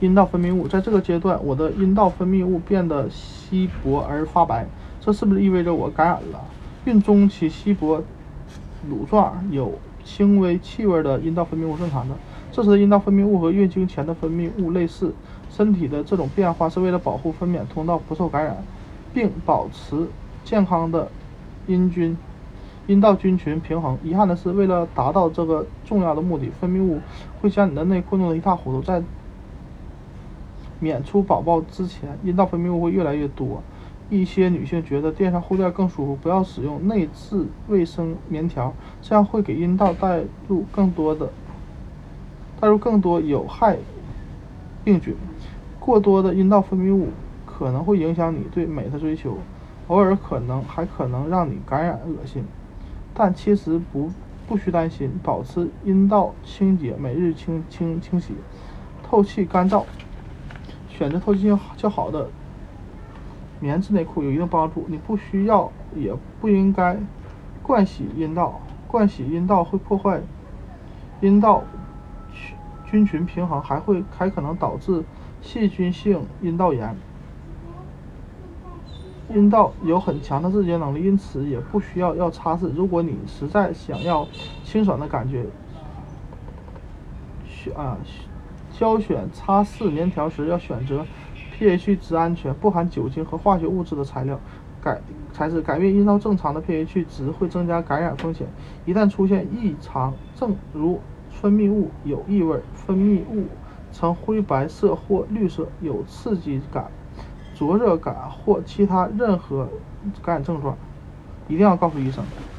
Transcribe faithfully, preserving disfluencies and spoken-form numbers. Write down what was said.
阴道分泌物。在这个阶段，我的阴道分泌物变得稀薄而发白，这是不是意味着我感染了？孕中期稀薄乳状有轻微气味的阴道分泌物正常的，这时的阴道分泌物和月经前的分泌物类似。身体的这种变化是为了保护分娩通道不受感染，并保持健康的阴菌阴道菌群平衡。遗憾的是，为了达到这个重要的目的，分泌物会将你的内裤弄得一塌糊涂。在娩出宝宝之前，阴道分泌物会越来越多。一些女性觉得垫上护垫更舒服，不要使用内置卫生棉条，这样会给阴道带入更多的带入更多有害病菌。过多的阴道分泌物可能会影响你对美的追求，偶尔可能还可能让你感染恶心，但其实不不需担心。保持阴道清洁，每日清清清洗，透气干燥，选择透气较好的棉质内裤有一定帮助。你不需要也不应该灌洗阴道，灌洗阴道会破坏阴道菌群平衡，还会还可能导致细菌性阴道炎。阴道有很强的自洁能力，因此也不需要要擦拭。如果你实在想要清爽的感觉，啊，挑选擦拭棉条时要选择 pH 值安全、不含酒精和化学物质的材料。改材质改变阴道正常的 pH 值会增加感染风险。一旦出现异常，正如分泌物有异味、分泌物呈灰白色或绿色、有刺激感、灼热感或其他任何感染症状，一定要告诉医生。